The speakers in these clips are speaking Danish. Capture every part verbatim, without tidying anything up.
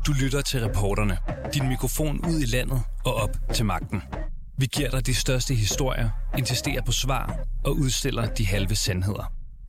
Du lytter til Reporterne. Din mikrofon ud i landet og op til magten. Vi giver dig de største historier, insisterer på svar og udstiller de halve sandheder.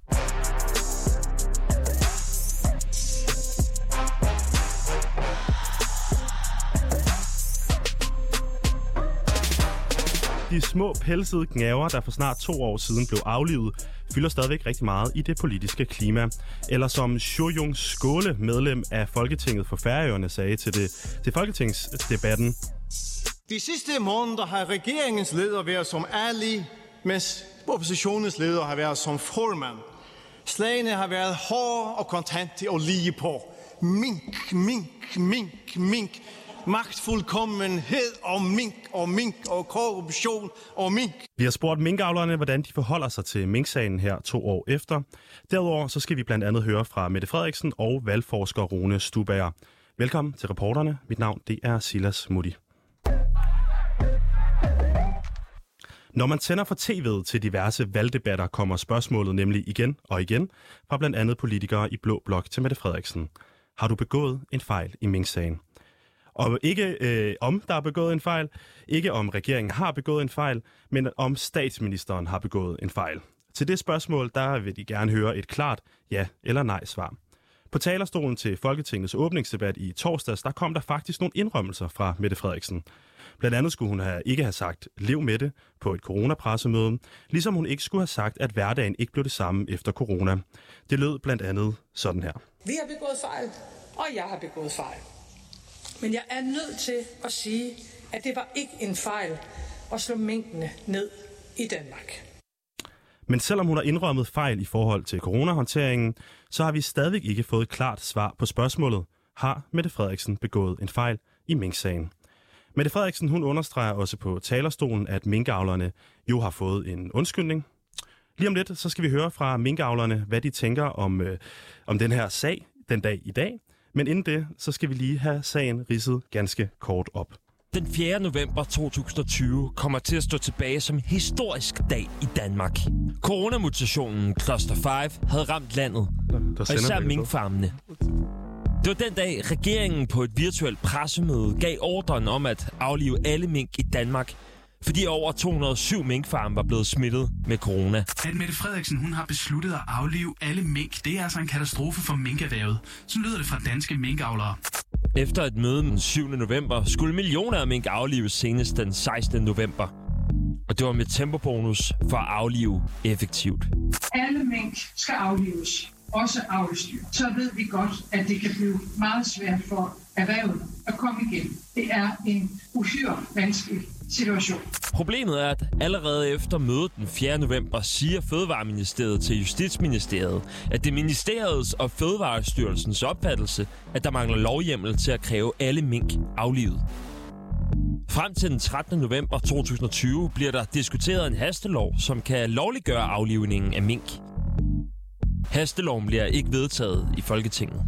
De små pelsede gnavere, der for snart to år siden blev aflivet, fylder stadigvæk rigtig meget i det politiske klima. Eller som Sjojung Skåle, medlem af Folketinget for Færøerne, sagde til, det, til folketingsdebatten. De sidste måneder har regeringens leder været som Ali, mens oppositionens leder har været som formand. Slagene har været hårde og kontante og lige på. Mink, mink, mink, mink. Magtfuldkommenhed og mink og mink og korruption og mink. Vi har spurgt minkavlerne, hvordan de forholder sig til minksagen her to år efter. Derudover så skal vi blandt andet høre fra Mette Frederiksen og valgforsker Rune Stubager. Velkommen til Reporterne. Mit navn det er Silas Mutti. Når man tænder for tv'et til diverse valgdebatter, kommer spørgsmålet nemlig igen og igen fra blandt andet politikere i Blå Blok til Mette Frederiksen. Har du begået en fejl i minksagen? Og ikke øh, om der er begået en fejl, ikke om regeringen har begået en fejl, men om statsministeren har begået en fejl. Til det spørgsmål, der vil de gerne høre et klart ja eller nej svar. På talerstolen til Folketingets åbningsdebat i torsdags, der kom der faktisk nogle indrømmelser fra Mette Frederiksen. Blandt andet skulle hun have, ikke have sagt lev med det på et coronapressemøde, ligesom hun ikke skulle have sagt, at hverdagen ikke blev det samme efter corona. Det lød blandt andet sådan her. Vi har begået fejl, og jeg har begået fejl. Men jeg er nødt til at sige, at det var ikke en fejl at slå minkene ned i Danmark. Men selvom hun har indrømmet fejl i forhold til coronahåndteringen, så har vi stadig ikke fået et klart svar på spørgsmålet. Har Mette Frederiksen begået en fejl i minksagen? Mette Frederiksen hun understreger også på talerstolen, at minkavlerne jo har fået en undskyldning. Lige om lidt så skal vi høre fra minkavlerne, hvad de tænker om, øh, om den her sag den dag i dag. Men inden det, så skal vi lige have sagen ridset ganske kort op. Den fjerde november to tusind og tyve kommer til at stå tilbage som en historisk dag i Danmark. Coronamutationen Cluster fem havde ramt landet, og især minkfarmene. Det var den dag, regeringen på et virtuelt pressemøde gav ordren om at aflive alle mink i Danmark, fordi over to hundrede og syv minkfarme var blevet smittet med corona. At Mette Frederiksen hun har besluttet at aflive alle mink, det er altså en katastrofe for minkerhvervet. Så lyder det fra danske minkavlere. Efter et møde den syvende november skulle millioner af mink aflives senest den sekstende november. Og det var med tempobonus for at aflive effektivt. Alle mink skal aflives, også avlsdyr. Så ved vi godt, at det kan blive meget svært for erhvervet at komme igen. Det er en uhyre vanskelig situation. Problemet er, at allerede efter mødet den fjerde november siger Fødevareministeriet til Justitsministeriet, at det er ministeriets og Fødevarestyrelsens opfattelse, at der mangler lovhjemmel til at kræve alle mink aflivet. Frem til den trettende november to tusind og tyve bliver der diskuteret en hastelov, som kan lovliggøre aflivningen af mink. Hasteloven bliver ikke vedtaget i Folketinget.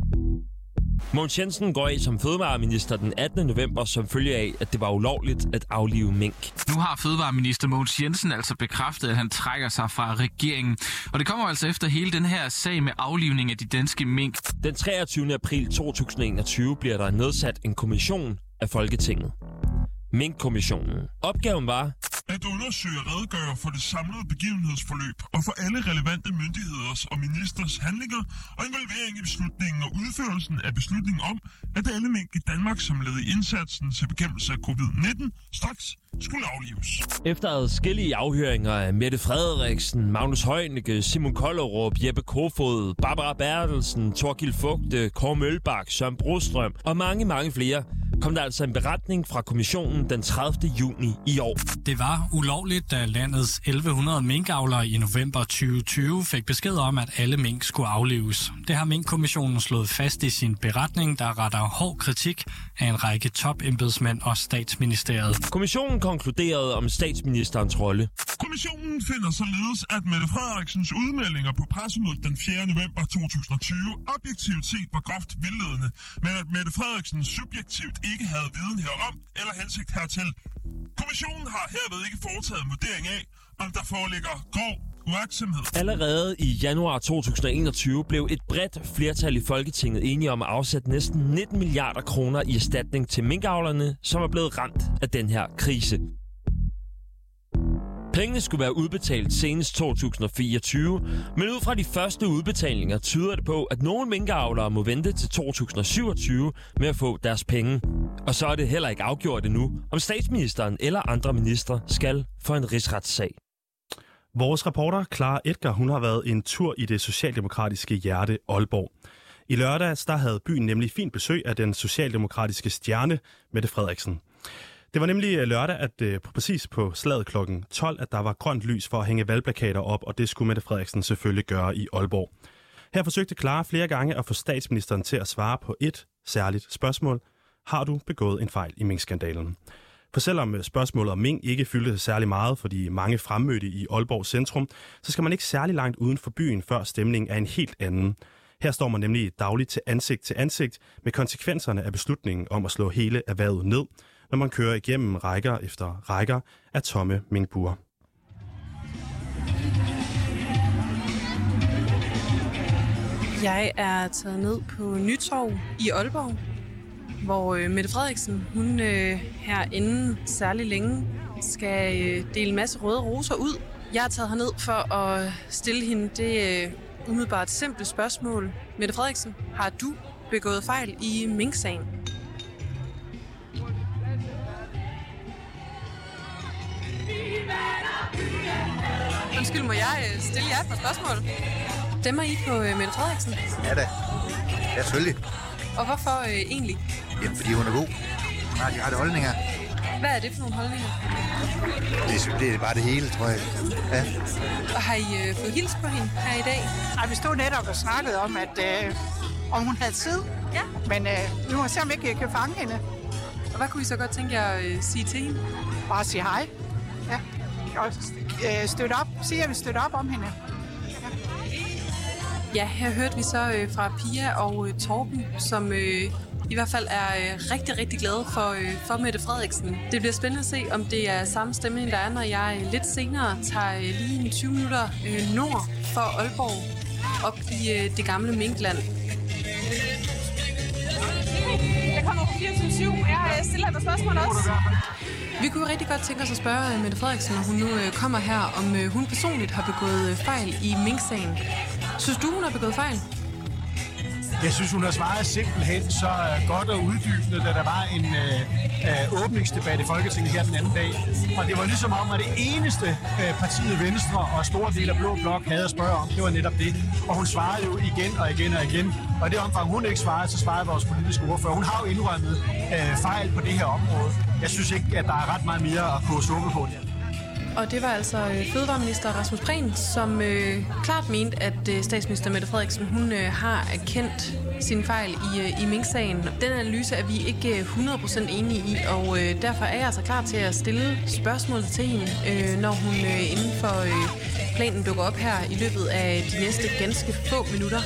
Mogens Jensen går af som fødevareminister den attende november som følge af, at det var ulovligt at aflive mink. Nu har fødevareminister Mogens Jensen altså bekræftet, at han trækker sig fra regeringen. Og det kommer altså efter hele den her sag med aflivning af de danske mink. Den treogtyvende april to tusind og enogtyve bliver der nedsat en kommission af Folketinget. Minkkommissionen. Opgaven var at undersøge og redegøre for det samlede begivenhedsforløb og for alle relevante myndigheders og ministers handlinger og involvering i beslutningen og udførelsen af beslutningen om, at alle mink i Danmark, som led i indsatsen til bekæmpelse af covid nitten, straks skulle aflives. Efter adskillige afhøringer af Mette Frederiksen, Magnus Heunicke, Simon Kollerup, Jeppe Kofod, Barbara Bertelsen, Thorkild Fugte, Kåre Mølbak, Søren Brostrøm og mange, mange flere, kom der altså en beretning fra kommissionen den tredivte juni i år. Det var ulovligt, da landets elleve hundrede minkavlere i november tyve tyve fik besked om, at alle mink skulle aflives. Det har Minkkommissionen slået fast i sin beretning, der retter hård kritik af en række topembedsmænd og statsministeriet. Kommissionen konkluderede om statsministerens rolle. Kommissionen finder således, at Mette Frederiksens udmeldinger på pressemødet den fjerde november to tusind og tyve objektivt set var groft vildledende, men at Mette Frederiksen subjektivt ikke havde viden herom eller hensigt hertil. Kommissionen har herved ikke foretaget en vurdering af, om der foreligger grov uagtsomhed. Allerede i januar to tusind og enogtyve blev et bredt flertal i Folketinget enige om at afsætte næsten nitten milliarder kroner i erstatning til minkavlerne, som er blevet ramt af den her krise. Pengene skulle være udbetalt senest to tusind og fireogtyve, men ud fra de første udbetalinger tyder det på, at nogle minkavlere må vente til to tusind og syvogtyve med at få deres penge. Og så er det heller ikke afgjort endnu, om statsministeren eller andre ministre skal for en rigsretssag. Vores reporter Clara Edgar, hun har været en tur i det socialdemokratiske hjerte Aalborg. I lørdags der havde byen nemlig fint besøg af den socialdemokratiske stjerne Mette Frederiksen. Det var nemlig lørdag, at øh, præcis på slaget klokken tolv, at der var grønt lys for at hænge valgplakater op, og det skulle Mette Frederiksen selvfølgelig gøre i Aalborg. Her forsøgte Clara flere gange at få statsministeren til at svare på et særligt spørgsmål. Har du begået en fejl i minkskandalen? For selvom spørgsmålet om mink ikke fyldte særlig meget for de mange fremmødte i Aalborg centrum, så skal man ikke særlig langt uden for byen, før stemningen er en helt anden. Her står man nemlig dagligt til ansigt til ansigt med konsekvenserne af beslutningen om at slå hele erhvervet ned, når man kører igennem rækker efter rækker af tomme minkbuer. Jeg er taget ned på Nytorv i Aalborg, hvor øh, Mette Frederiksen, hun øh, her inden særlig længe, skal øh, dele en masse røde roser ud. Jeg er taget herned for at stille hende det øh, umiddelbart simple spørgsmål. Mette Frederiksen, har du begået fejl i minksagen? Undskyld, må jeg stille jer et par spørgsmål? Stemmer I på øh, Mette Frederiksen? Ja da. Ja, selvfølgelig. Og hvorfor øh, egentlig? Jamen, fordi hun er god. Hun har de rette holdninger. Hvad er det for nogle holdninger? Det, det er bare det hele, tror jeg. Ja. Og har I øh, fået hils på hende her i dag? Ej, vi stod netop og snakkede om, at øh, om hun havde tid. Ja. Men øh, nu må vi se, om ikke jeg kan fange hende. Og hvad kunne I så godt tænke jer at øh, sige til hende? Bare sige hej. Ja. Og øh, støtte op. Sige, at vi støtter op om hende. Ja, ja her hørte vi så øh, fra Pia og øh, Torben, som øh, i hvert fald er øh, rigtig, rigtig glade for, øh, for Mette Frederiksen. Det bliver spændende at se, om det er samme stemning, der er, når jeg øh, lidt senere tager øh, lige tyve minutter øh, nord for Aalborg op i øh, det gamle minkland. Jeg kommer på fireogtyve syv. Jeg stiller et spørgsmål også. Vi kunne rigtig godt tænke os at spørge Mette Frederiksen, når hun nu øh, kommer her, om øh, hun personligt har begået øh, fejl i minksagen. Synes du, hun har begået fejl? Jeg synes, hun har svaret simpelthen så godt og uddybende, da der var en øh, øh, åbningsdebat i Folketinget her den anden dag. Og det var ligesom om, at det eneste øh, partiet Venstre og store dele af Blå Blok havde at spørge om, det var netop det. Og hun svarede jo igen og igen og igen. Og i det omfang, hun ikke svarede, så svarede vores politiske ordfører. Hun har jo indrømmet øh, fejl på det her område. Jeg synes ikke, at der er ret meget mere at koge suppe på det. Og det var altså fødevareminister Rasmus Prehn, som øh, klart mente, at øh, statsminister Mette Frederiksen hun øh, har erkendt sin fejl i, øh, i minksagen. Den analyse er vi ikke hundrede procent enige i, og øh, derfor er jeg altså klar til at stille spørgsmål til hende, øh, når hun øh, inden for øh, planen dukker op her i løbet af de næste ganske få minutter.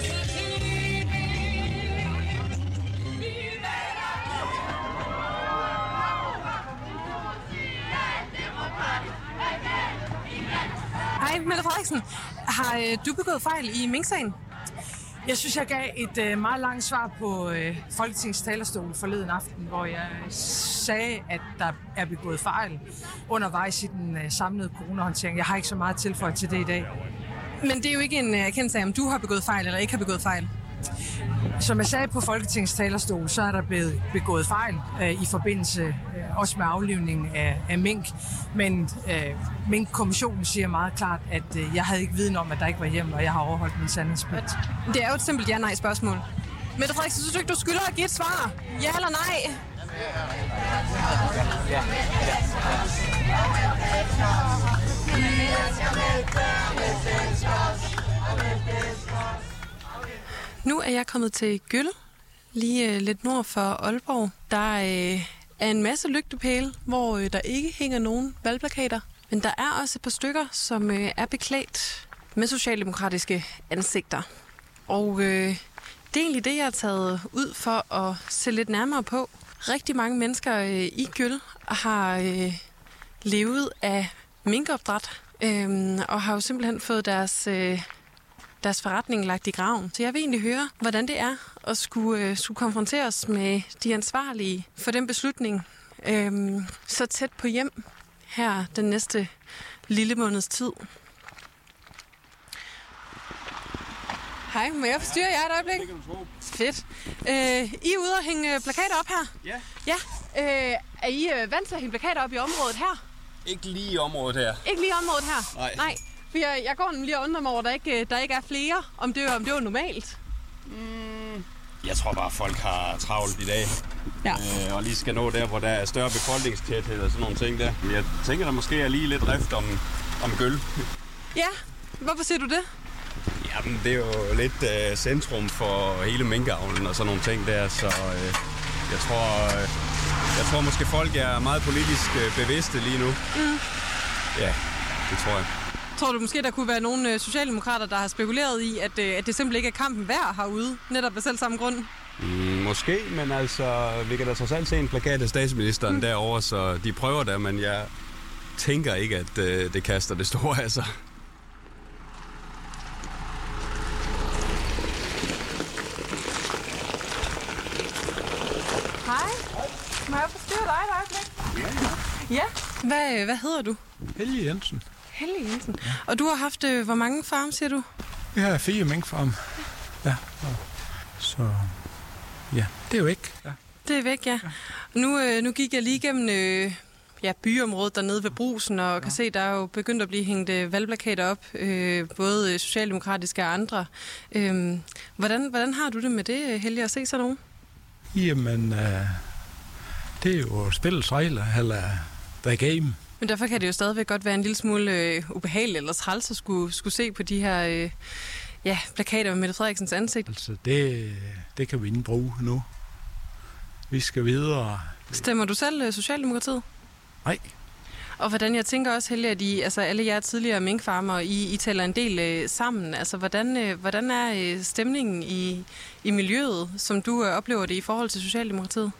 Hej, Mette Frederiksen. Har øh, du begået fejl i minksagen? Jeg synes, jeg gav et øh, meget langt svar på øh, Folketingets talerstol forleden aften, hvor jeg sagde, at der er begået fejl undervejs i den øh, samlede coronahåndtering. Jeg har ikke så meget tilføjet til det i dag. Men det er jo ikke en erkendelse af, om du har begået fejl eller ikke har begået fejl. Som jeg sagde på Folketingets talerstol, så er der blevet begået fejl øh, i forbindelse øh, også med aflivningen af, af mink. Men øh, Mink-kommissionen siger meget klart, at øh, jeg havde ikke viden om, at der ikke var hjemmel, og jeg har overholdt min sandhedspligt. Det er jo et simpelt ja-nej-spørgsmål. Mette Frederiksen, synes du ikke, du skylder at give et svar? Ja eller nej? Ja. Nu er jeg kommet til Gylle, lige øh, lidt nord for Aalborg. Der øh, er en masse lygtepæle, hvor øh, der ikke hænger nogen valgplakater. Men der er også et par stykker, som øh, er beklædt med socialdemokratiske ansigter. Og øh, det er egentlig det, jeg har taget ud for at se lidt nærmere på. Rigtig mange mennesker øh, i Gylle har øh, levet af minkopdræt øhm, og har jo simpelthen fået deres, øh, deres forretning lagt i graven. Så jeg vil egentlig høre, hvordan det er at skulle, øh, skulle konfronteres med de ansvarlige for den beslutning øhm, så tæt på hjem her den næste lille måneds tid. Hej, må jeg forstyrre jer et øjeblik? Fedt. Øh, I er ude og hænge plakater op her? Ja. Ja. Øh, er I øh, vant til at hænge plakater op i området her? Ikke lige i området her. Ikke lige i området her? Nej. Nej. For jeg, jeg går nemlig og undrer mig over, at der ikke, der ikke er flere, om det, om det var normalt. Mm. Jeg tror bare, at folk har travlt i dag. Ja. Øh, og lige skal nå der, hvor der er større befolkningstæthed og sådan nogle ting der. Men jeg tænker, der måske er lige lidt rift om, om gøl. Ja, hvorfor siger du det? Jamen, det er jo lidt øh, centrum for hele minkavlen og sådan nogle ting der, så øh, jeg tror, øh, jeg tror måske folk er meget politisk øh, bevidste lige nu. Mm. Ja, det tror jeg. Tror du måske, der kunne være nogle socialdemokrater, der har spekuleret i, at, at det simpelthen ikke er kampen værd herude, netop af selv samme grund? Mm, måske, men altså, vi kan da trods alt se en plakat af statsministeren mm. derovre, så de prøver det, men jeg tænker ikke, at øh, det kaster det store af sig. Hej. Må jeg forstyrre dig et øjeblik? Ja, ja. Ja? Hvad, hvad hedder du? Helge Jensen. Helge Jensen. Ja. Og du har haft, øh, hvor mange farme, siger du? Vi har fire minkfarme. Ja. ja. Så ja, det er jo væk. Ja. Det er væk, ja. ja. Nu, øh, nu gik jeg lige gennem øh, ja, byområdet dernede ved Brugsen, og ja. kan se, der er jo begyndt at blive hængt øh, valgplakater op, øh, både socialdemokratiske og andre. Øh, hvordan, hvordan har du det med det, Helge, at se sådan nogen? Jamen, øh, det er jo spillets regler, eller the game. Men derfor kan det jo stadigvæk godt være en lille smule øh, ubehageligt eller træls at skulle, skulle se på de her øh, ja, plakater med Mette Frederiksens ansigt. Altså, det, det kan vi ikke bruge nu. Vi skal videre. Stemmer du selv øh, Socialdemokratiet? Nej. Og hvordan jeg tænker også, Helge, at I, altså alle jer tidligere minkfarmer, I, I taler en del øh, sammen. Altså, hvordan, øh, hvordan er øh, stemningen i, i miljøet, som du øh, oplever det i forhold til Socialdemokratiet?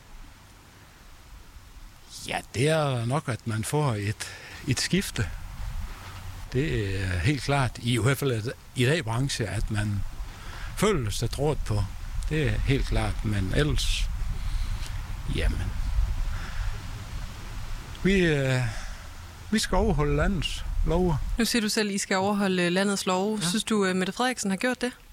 Ja, det er nok, at man får et, et skifte. Det er helt klart, i hvert fald i dag branche, at man føler sig trådt på. Det er helt klart, men ellers, jamen, vi, øh, vi skal overholde landets love. Nu siger du selv, at I skal overholde landets love. Ja. Synes du, at Mette Frederiksen har gjort det?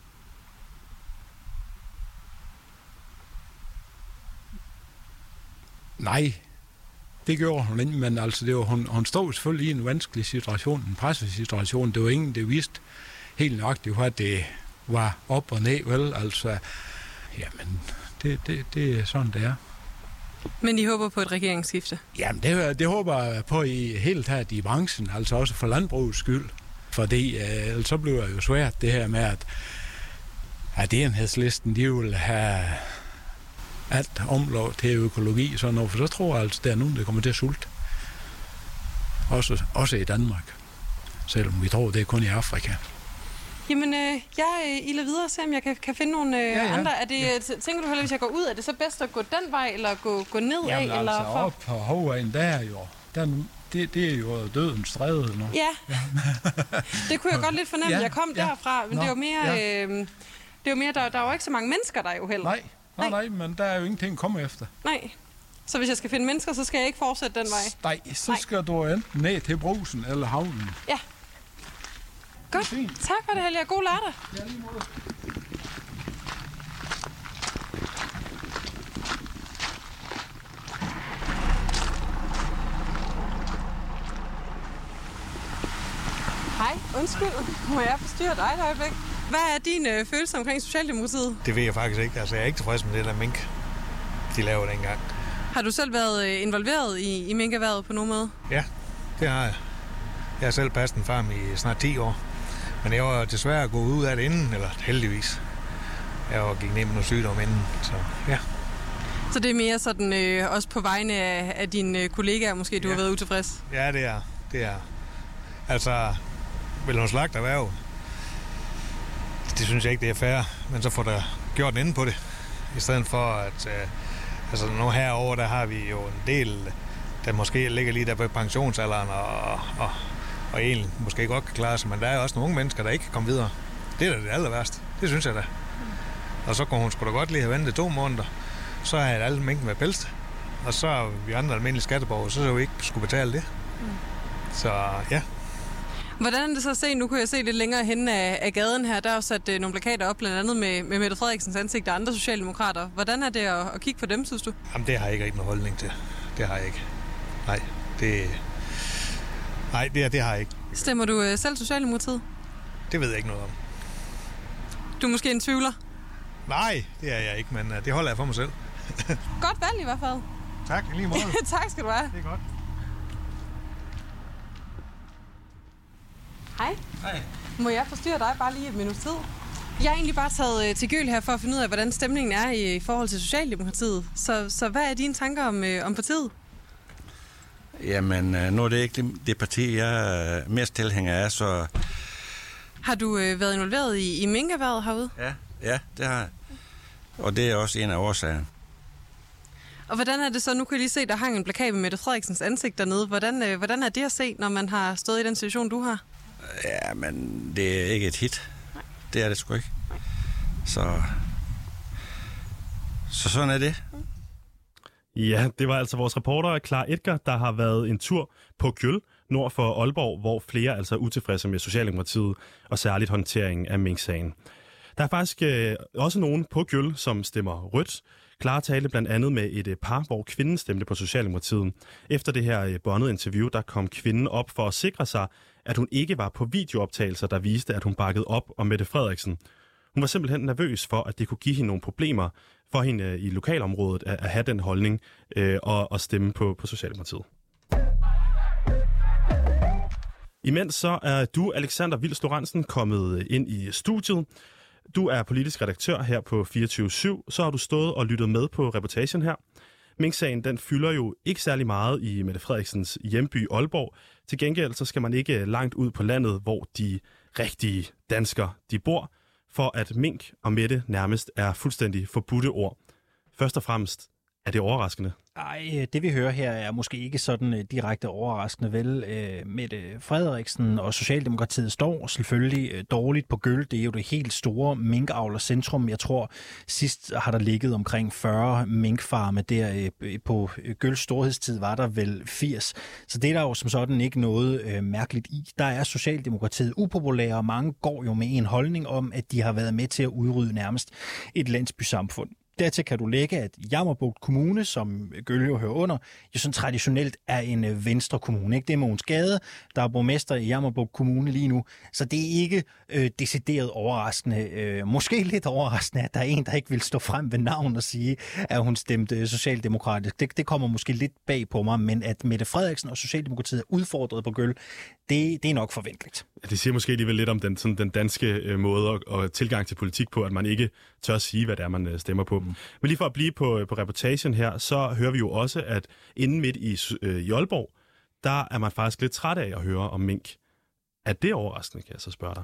Nej. Det gjorde hun ikke, men altså, det var, hun, hun stod selvfølgelig i en vanskelig situation, en pressesituation. Det var ingen, der vidste helt nøjagtigt, hvad det var op og ned, vel? Altså, jamen, det, det, det er sådan, det er. Men I håber på et regeringsskifte? Jamen, det, det håber jeg på i helt taget i branchen, altså også for landbrugets skyld. Fordi øh, så bliver det jo svært, det her med, at, at Enhedslisten, de vil have alt omlov til økologi, sådan noget, for så tror jeg altså, der er nogen, der kommer til at sulte. Også, også i Danmark. Selvom vi tror, det er kun i Afrika. Jamen, øh, jeg iler videre og ser, om jeg kan, kan finde nogle øh, ja, ja. andre. Er det, ja. Tænker du heller, hvis jeg går ud, er det så bedst at gå den vej, eller gå, gå nedad? Jamen eller altså, for... op på Hovvejen, der er jo, der, det, det er jo dødens stræde nu. Ja, ja. Det kunne jeg godt lidt fornemme, ja, jeg kom ja. derfra, men Nå, det var mere, ja. øh, det var mere der, der var ikke så mange mennesker der jo heller. Nej. Nej, nej, men der er jo ingenting at komme efter. Nej. Så hvis jeg skal finde mennesker, så skal jeg ikke fortsætte den vej? Nej, så nej. skal du enten ned til Brugsen eller havnen. Ja. Godt. Tak for det, Helge. God lørdag. Ja, lige måde. Hej, undskyld. Må jeg forstyrre dig et øjeblik? Hvad er din øh, følelse omkring Socialdemokratiet? Det ved jeg faktisk ikke. Altså, jeg er ikke tilfreds med det der mink, de laver dengang. Har du selv været øh, involveret i, i minkerhvervet på nogen måde? Ja, det har jeg. Jeg har selv passet en farm i snart ti år. Men jeg var desværre gået ud af det inden, eller heldigvis. Jeg var gik ned med noget sygdom inden, så ja. Så det er mere sådan, øh, også på vegne af, af dine kollegaer, måske, du ja. har været utilfreds? Ja, det er. Det er. Altså, vil hun slagte erhverv? Det synes jeg ikke, det er fair, men så får der gjort en ende på det. I stedet for, at øh, altså nu herovre, der har vi jo en del, der måske ligger lige der på pensionsalderen, og, og, og egentlig måske godt kan klare sig, men der er også nogle unge mennesker, der ikke kan komme videre. Det er da det aller værste. Det synes jeg da. Og så kunne hun sgu da godt lige have ventet to måneder. Så havde alle mængden været pelset. Og så er vi andre almindelige skatteborgere, så så vi ikke skulle betale det. Mm. Så ja. Hvordan er det så at se? Nu kunne jeg se lidt længere hen af, af gaden her. Der er jo sat øh, nogle plakater op, blandt andet med, med Mette Frederiksens ansigt og andre socialdemokrater. Hvordan er det at, at kigge på dem, synes du? Jamen, det har jeg ikke rigtig nogen holdning til. Det har jeg ikke. Nej, det, Nej, det, det har jeg ikke. Stemmer du øh, selv Socialdemokratiet? Det ved jeg ikke noget om. Du er måske en tvivler? Nej, det er jeg ikke, men uh, det holder jeg for mig selv. Godt valg i hvert fald. Tak, i lige måde. Tak skal du have. Det er godt. Hej. Hej. Må jeg forstyrre dig bare lige et minut tid? Jeg har egentlig bare taget til Gøl her for at finde ud af, hvordan stemningen er i, i forhold til Socialdemokratiet. Så, så hvad er dine tanker om, øh, om partiet? Jamen, nu er det ikke det, det parti, jeg er mest tilhænger af, så... Har du øh, været involveret i, i minkerhvervet herude? Ja, ja, det har jeg. Og det er også en af årsagerne. Og hvordan er det så? Nu kan jeg lige se, der hang en plakat med Mette Frederiksens ansigt dernede. Hvordan, øh, hvordan er det at se, når man har stået i den situation, du har? Ja, men det er ikke et hit. Nej. Det er det sgu ikke. Så... Så sådan er det. Ja, det var altså vores reporter, Clara Edgar, der har været en tur på Gjøl, nord for Aalborg, hvor flere altså er utilfredse med Socialdemokratiet og særligt håndteringen af Mink-sagen. Der er faktisk øh, også nogen på Gjøl, som stemmer rødt. Clara talte blandt andet med et par, hvor kvinden stemte på Socialdemokratiet. Efter det her båndede interview, der kom kvinden op for at sikre sig, at hun ikke var på videooptagelser, der viste, at hun bakkede op om Mette Frederiksen. Hun var simpelthen nervøs for, at det kunne give hende nogle problemer for hende i lokalområdet at, at have den holdning øh, og, og stemme på, på Socialdemokratiet. Imens så er du, Alexander Vils Lorentzen, kommet ind i studiet. Du er politisk redaktør her på fireogtyve syv. Så har du stået og lyttet med på reportagen her. Mink-sagen, den fylder jo ikke særlig meget i Mette Frederiksens hjemby Aalborg. Til gengæld så skal man ikke langt ud på landet, hvor de rigtige danskere de bor, for at Mink og Mette nærmest er fuldstændig forbudte ord. Først og fremmest er det overraskende. Ej, det vi hører her er måske ikke sådan uh, direkte overraskende, vel? Uh, Mette Frederiksen og Socialdemokratiet står selvfølgelig uh, dårligt på Gjøl. Det er jo det helt store minkavlercentrum. Jeg tror, sidst har der ligget omkring fyrre minkfarme der uh, på Gjøls storhedstid var der vel firs. Så det er der jo som sådan ikke noget uh, mærkeligt i. Der er Socialdemokratiet upopulære, og mange går jo med en holdning om, at de har været med til at udrydde nærmest et landsbysamfund. Dertil kan du lægge, at Jammerbugt Kommune, som Gjøl jo hører under, jo sådan traditionelt er en venstre kommune. Ikke? Det er Mogens Gade, der er borgmester i Jammerbugt Kommune lige nu. Så det er ikke øh, decideret overraskende. Øh, måske lidt overraskende, at der er en, der ikke vil stå frem ved navn og sige, at hun stemte socialdemokratisk. Det, det kommer måske lidt bag på mig, men at Mette Frederiksen og Socialdemokratiet er udfordret på Gjøl, det, det er nok forventeligt. Det siger måske alligevel lidt om den, sådan, den danske øh, måde og, og tilgang til politik på, at man ikke tør at sige, hvad det er, man øh, stemmer på. Mm. Men lige for at blive på, på reportagen her, så hører vi jo også, at inden midt i, øh, i Aalborg, der er man faktisk lidt træt af at høre om mink. Er det overraskende, kan jeg så spørge dig?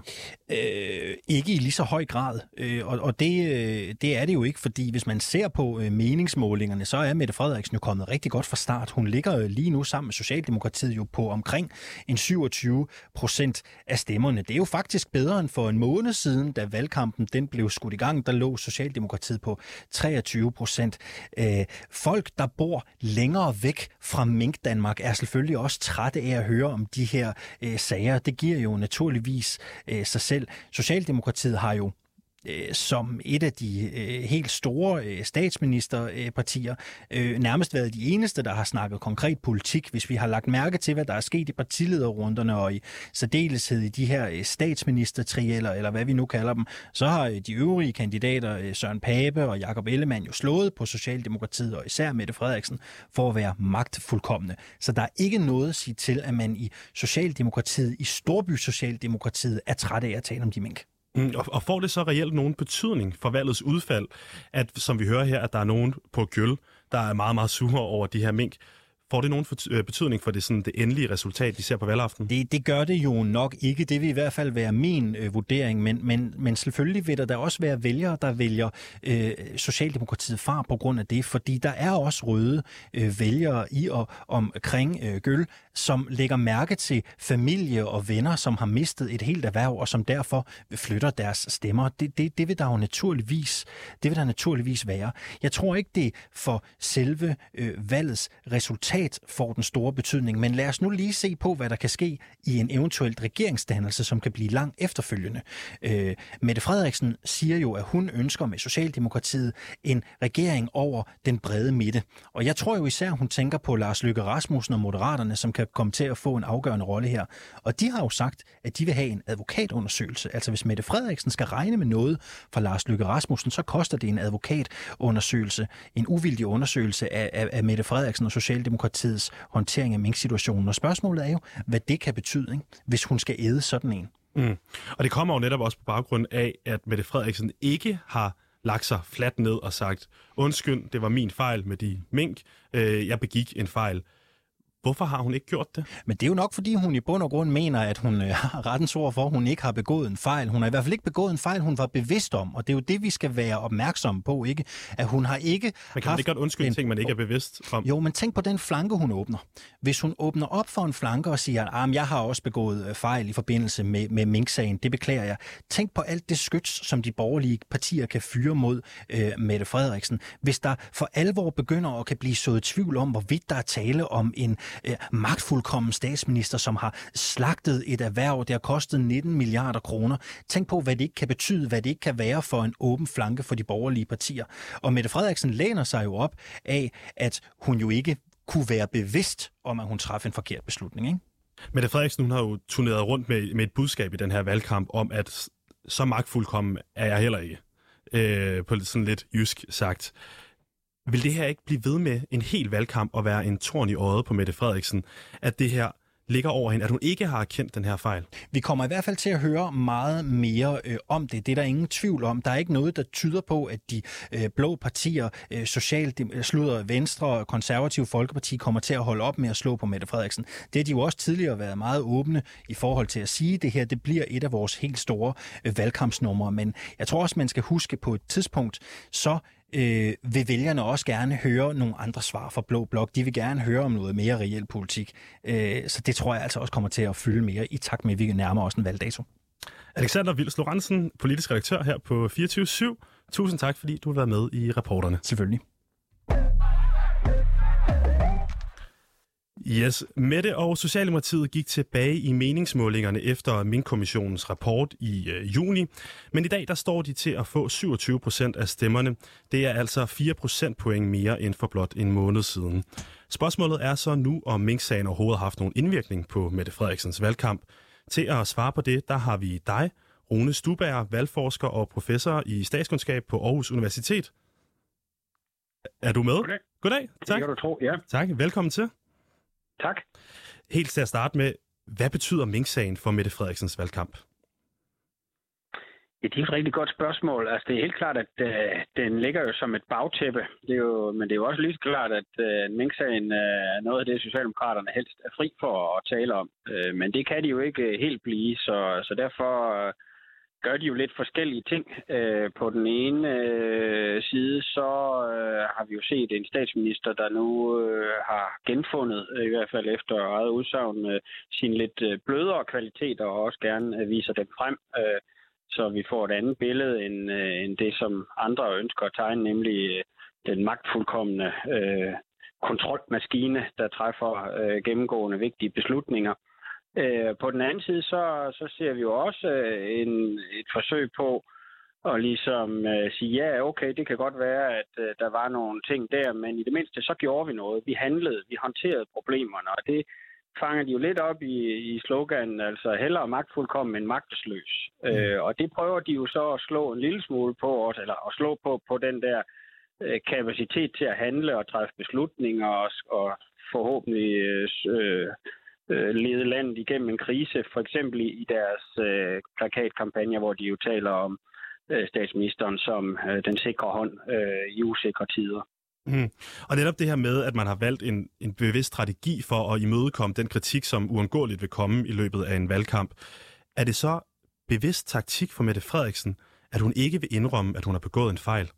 Øh, ikke i lige så høj grad, øh, og, og det, øh, det er det jo ikke, fordi hvis man ser på øh, meningsmålingerne, så er Mette Frederiksen jo kommet rigtig godt fra start. Hun ligger øh, lige nu sammen med Socialdemokratiet jo på omkring en syvogtyve procent af stemmerne. Det er jo faktisk bedre end for en måned siden, da valgkampen den blev skudt i gang. Der lå Socialdemokratiet på treogtyve procent. Øh, folk, der bor længere væk fra Mink Danmark, er selvfølgelig også trætte af at høre om de her øh, sager. Det giver jo naturligvis øh, sig selv. Socialdemokratiet har jo øh, som et af de øh, helt store øh, statsministerpartier øh, nærmest været de eneste, der har snakket konkret politik. Hvis vi har lagt mærke til, hvad der er sket i partilederrunderne og i særdeleshed i de her øh, statsministertrieller, eller hvad vi nu kalder dem, så har øh, de øvrige kandidater, øh, Søren Pape og Jakob Ellemann, jo slået på Socialdemokratiet og især Mette Frederiksen for at være magtfuldkomne. Så der er ikke noget at sige til, at man i Socialdemokratiet, i Storby-Socialdemokratiet, er træt af at tale om de mink. Mm, og, og får det så reelt nogen betydning for valgets udfald, at som vi hører her, at der er nogen på Gjøl, der er meget, meget sure over de her mink? Får det nogen for, øh, betydning for det, sådan, det endelige resultat, vi ser på valgaften? Det, det gør det jo nok ikke. Det vil i hvert fald være min øh, vurdering, men, men, men selvfølgelig vil der da også være vælgere, der vælger øh, Socialdemokratiet fra på grund af det, fordi der er også røde øh, vælgere i og omkring øh, Gøl, som lægger mærke til familie og venner, som har mistet et helt erhverv, og som derfor flytter deres stemmer. Det, det, det vil der jo naturligvis, det vil der naturligvis være. Jeg tror ikke, det for selve øh, valgets resultat får den store betydning, men lad os nu lige se på, hvad der kan ske i en eventuelt regeringsdannelse, som kan blive lang efterfølgende. Øh, Mette Frederiksen siger jo, at hun ønsker med Socialdemokratiet en regering over den brede midte. Og jeg tror jo især, hun tænker på Lars Løkke Rasmussen og Moderaterne, som kan komme til at få en afgørende rolle her. Og de har jo sagt, at de vil have en advokatundersøgelse. Altså hvis Mette Frederiksen skal regne med noget fra Lars Løkke Rasmussen, så koster det en advokatundersøgelse, en uvildig undersøgelse af, af, af Mette Frederiksen og Socialdemokratiets håndtering af minksituationen. Og spørgsmålet er jo, hvad det kan betyde, ikke? Hvis hun skal æde sådan en. Mm. Og det kommer jo netop også på baggrund af, at Mette Frederiksen ikke har lagt sig fladt ned og sagt, undskyld, det var min fejl med de mink, øh, jeg begik en fejl. Hvorfor har hun ikke gjort det? Men det er jo nok, fordi hun i bund og grund mener, at hun øh, har rettens ord for, at hun ikke har begået en fejl. Hun har i hvert fald ikke begået en fejl, hun var bevidst om, og det er jo det, vi skal være opmærksomme på, ikke? At hun har ikke Men kan man ikke godt undskylde en ting, man ikke er bevidst om? Jo, men tænk på den flanke, hun åbner. Hvis hun åbner op for en flanke og siger, at jeg har også begået fejl i forbindelse med, med Mink-sagen, det beklager jeg. Tænk på alt det skyts, som de borgerlige partier kan fyre mod øh, Mette Frederiksen. Hvis der for alvor begynder at kan blive sået tvivl om, hvorvidt der er tale om en øh, magtfuldkommen statsminister, som har slagtet et erhverv, der har kostet nitten milliarder kroner. Tænk på, hvad det ikke kan betyde, hvad det ikke kan være for en åben flanke for de borgerlige partier. Og Mette Frederiksen læner sig jo op af, at hun jo ikke kunne være bevidst om, at hun træffede en forkert beslutning, ikke? Mette Frederiksen, hun har jo turneret rundt med, med et budskab i den her valgkamp om, at så magtfuldkommen er jeg heller ikke. Øh, på sådan lidt jysk sagt. Vil det her ikke blive ved med en hel valgkamp og være en torn i øjet på Mette Frederiksen, at det her ligger over hende, at hun ikke har erkendt den her fejl? Vi kommer i hvert fald til at høre meget mere øh, om det. Det er der ingen tvivl om. Der er ikke noget, der tyder på, at de øh, blå partier, øh, Social, slutter Venstre og Konservative Folkeparti, kommer til at holde op med at slå på Mette Frederiksen. Det har de jo også tidligere været meget åbne i forhold til at sige, det her det bliver et af vores helt store øh, valgkampsnumre. Men jeg tror også, man skal huske på et tidspunkt, så Øh, vil vælgerne også gerne høre nogle andre svar fra Blå Blok. De vil gerne høre om noget mere reel politik. Øh, så det tror jeg altså også kommer til at fylde mere i takt med, at vi nærmer os en valgdato. Alexander Vils Lorentzen, politisk redaktør her på fireogtyve syv. Tusind tak, fordi du har været med i reporterne. Selvfølgelig. Yes, Mette og Socialdemokratiet gik tilbage i meningsmålingerne efter Mink-kommissionens rapport i øh, juni. Men i dag der står de til at få syvogtyve procent af stemmerne. Det er altså fire procentpoint mere end for blot en måned siden. Spørgsmålet er så nu, om Mink-sagen overhovedet har haft nogen indvirkning på Mette Frederiksens valgkamp. Til at svare på det, der har vi dig, Rune Stubager, valgforsker og professor i statskundskab på Aarhus Universitet. Er du med? Goddag. Goddag. Tak. Det kan du tro, ja. Tak. Velkommen til. Tak. Helt til at starte med, hvad betyder Mink-sagen for Mette Frederiksens valgkamp? Ja, det er et rigtig godt spørgsmål. Altså, det er helt klart, at øh, den ligger jo som et bagtæppe. Det er jo, men det er jo også lige klart, at øh, Mink-sagen er noget af det, Socialdemokraterne helst er fri for at tale om. Øh, men det kan de jo ikke helt blive, så, så derfor øh, gør de jo lidt forskellige ting. Øh, på den ene øh, side, så øh, har vi jo set en statsminister, der nu øh, har genfundet, øh, i hvert fald efter eget udsagn, øh, sine lidt øh, blødere kvaliteter, og også gerne øh, viser dem frem, øh, så vi får et andet billede end, øh, end det, som andre ønsker at tegne, nemlig øh, den magtfuldkomne øh, kontrolmaskine, der træffer øh, gennemgående vigtige beslutninger. På den anden side, så, så ser vi jo også en, et forsøg på at ligesom uh, sige, ja, okay, det kan godt være, at uh, der var nogle ting der, men i det mindste, så gjorde vi noget. Vi handlede, vi håndterede problemerne, og det fanger de jo lidt op i, i sloganen, altså hellere magtfuldkommen end magtesløs. Mm. Uh, og det prøver de jo så at slå en lille smule på os, eller at slå på, på den der uh, kapacitet til at handle og træffe beslutninger, og, og forhåbentlig uh, lede landet igennem en krise, for eksempel i deres øh, plakatkampagne, hvor de jo taler om øh, statsministeren som øh, den sikre hånd øh, i usikre tider. Mm. Og netop det her med, at man har valgt en, en bevidst strategi for at imødekomme den kritik, som uundgåeligt vil komme i løbet af en valgkamp. Er det så bevidst taktik for Mette Frederiksen, at hun ikke vil indrømme, at hun har begået en fejl?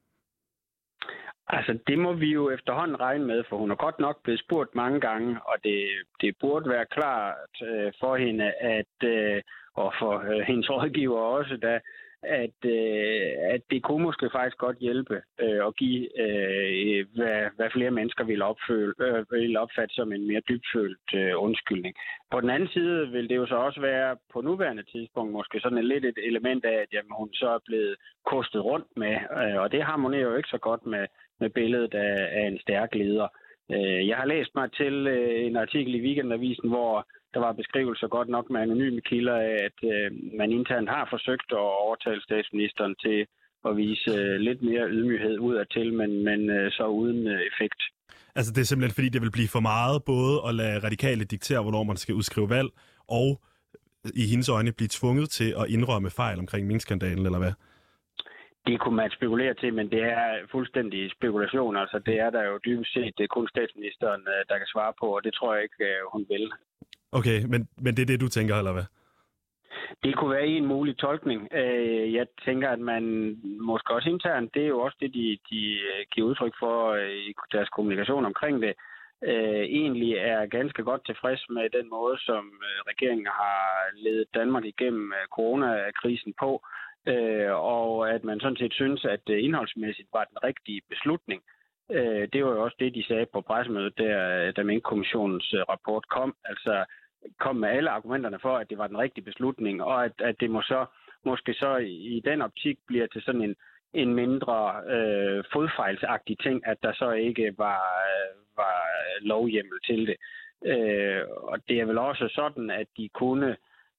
Altså, det må vi jo efterhånden regne med, for hun er godt nok blevet spurgt mange gange, og det, det burde være klart øh, for hende, at, øh, og for øh, hendes rådgiver også, da, at, øh, at det kunne måske faktisk godt hjælpe øh, at give, øh, hvad, hvad flere mennesker vil, opføle, øh, vil opfatte som en mere dybfølt øh, undskyldning. På den anden side vil det jo så også være på nuværende tidspunkt måske sådan lidt et element af, at jamen, hun så er blevet kostet rundt med, øh, og det harmonerer jo ikke så godt med med billedet af, af en stærk leder. Jeg har læst mig til en artikel i Weekendavisen, hvor der var beskrivelser godt nok med anonyme kilder af, at man internt har forsøgt at overtale statsministeren til at vise lidt mere ydmyghed udadtil, men, men så uden effekt. Altså det er simpelthen fordi, det vil blive for meget både at lade radikale diktere, hvornår man skal udskrive valg, og i hendes øjne blive tvunget til at indrømme fejl omkring minkskandalen, eller hvad? Det kunne man spekulere til, men det er fuldstændig spekulation. Altså, det er der jo dybest set. Det er kun statsministeren, der kan svare på, og det tror jeg ikke, hun vil. Okay, men, men det er det, du tænker, eller hvad? Det kunne være en mulig tolkning. Jeg tænker, at man måske også internt, det er jo også det, de, de giver udtryk for i deres kommunikation omkring det, egentlig er ganske godt tilfreds med den måde, som regeringen har ledet Danmark igennem coronakrisen på. Øh, og at man sådan set synes, at øh, indholdsmæssigt var den rigtige beslutning. Øh, det var jo også det, de sagde på pressemødet, der, da Mink-kommissionens øh, rapport kom. Altså kom med alle argumenterne for, at det var den rigtige beslutning, og at, at det må så, måske så i den optik bliver til sådan en, en mindre øh, fodfejlsagtig ting, at der så ikke var, øh, var lovhjemmel til det. Øh, og det er vel også sådan, at de kunne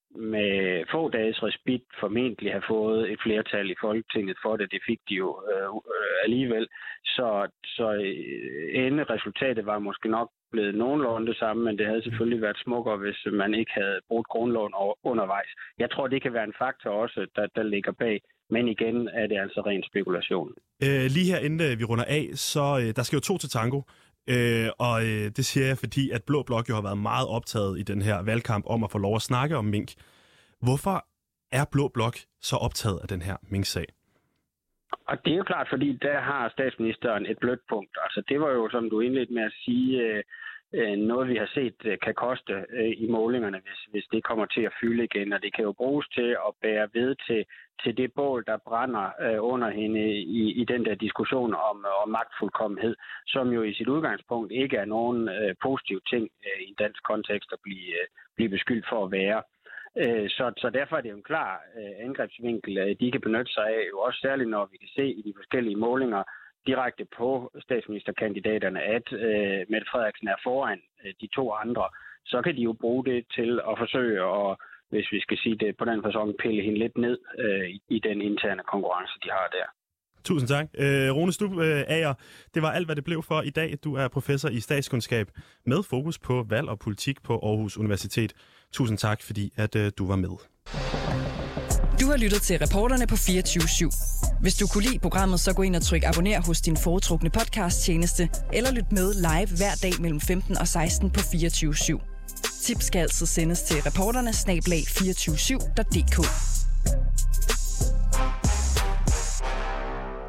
med få dages respit formentlig have fået et flertal i Folketinget for det. Det fik de jo øh, alligevel. Så, så øh, enderesultatet var måske nok blevet nogenlunde det samme, men det havde selvfølgelig været smukkere, hvis man ikke havde brugt grundloven undervejs. Jeg tror, det kan være en faktor også, der, der ligger bag. Men igen er det altså ren spekulation. Øh, lige her inden vi runder af, så øh, der skal jo to til tango. Øh, og øh, det siger jeg, fordi at Blå Blok jo har været meget optaget i den her valgkamp om at få lov at snakke om mink. Hvorfor er Blå Blok så optaget af den her mink-sag? Og det er jo klart, fordi der har statsministeren et blødt punkt. Altså det var jo, som du indledte med at sige, øh, noget vi har set øh, kan koste øh, i målingerne, hvis, hvis det kommer til at fylde igen. Og det kan jo bruges til at bære ved til, til det bål, der brænder øh, under hende i, i den der diskussion om, om magtfuldkommenhed, som jo i sit udgangspunkt ikke er nogen øh, positiv ting øh, i en dansk kontekst at blive, øh, blive beskyldt for at være. Så, så derfor er det jo en klar øh, angrebsvinkel, de kan benytte sig af, jo også særligt når vi kan se i de forskellige målinger direkte på statsministerkandidaterne, at øh, Mette Frederiksen er foran øh, de to andre. Så kan de jo bruge det til at forsøge at, hvis vi skal sige det på den person, pille hende lidt ned øh, i, i den interne konkurrence, de har der. Tusind tak. Øh, Rune Stub øh, Ager, det var alt, hvad det blev for i dag. Du er professor i statskundskab med fokus på valg og politik på Aarhus Universitet. Tusind tak, fordi at øh, du var med. Du har lyttet til Reporterne på fireogtyve syv. Hvis du kunne lide programmet, så gå ind og tryk abonner hos din foretrukne podcast-tjeneste, eller lyt med live hver dag mellem femten og seksten på fireogtyve syv. Tips skal altid sendes til reporterne snabel-a to fire syv punktum d k.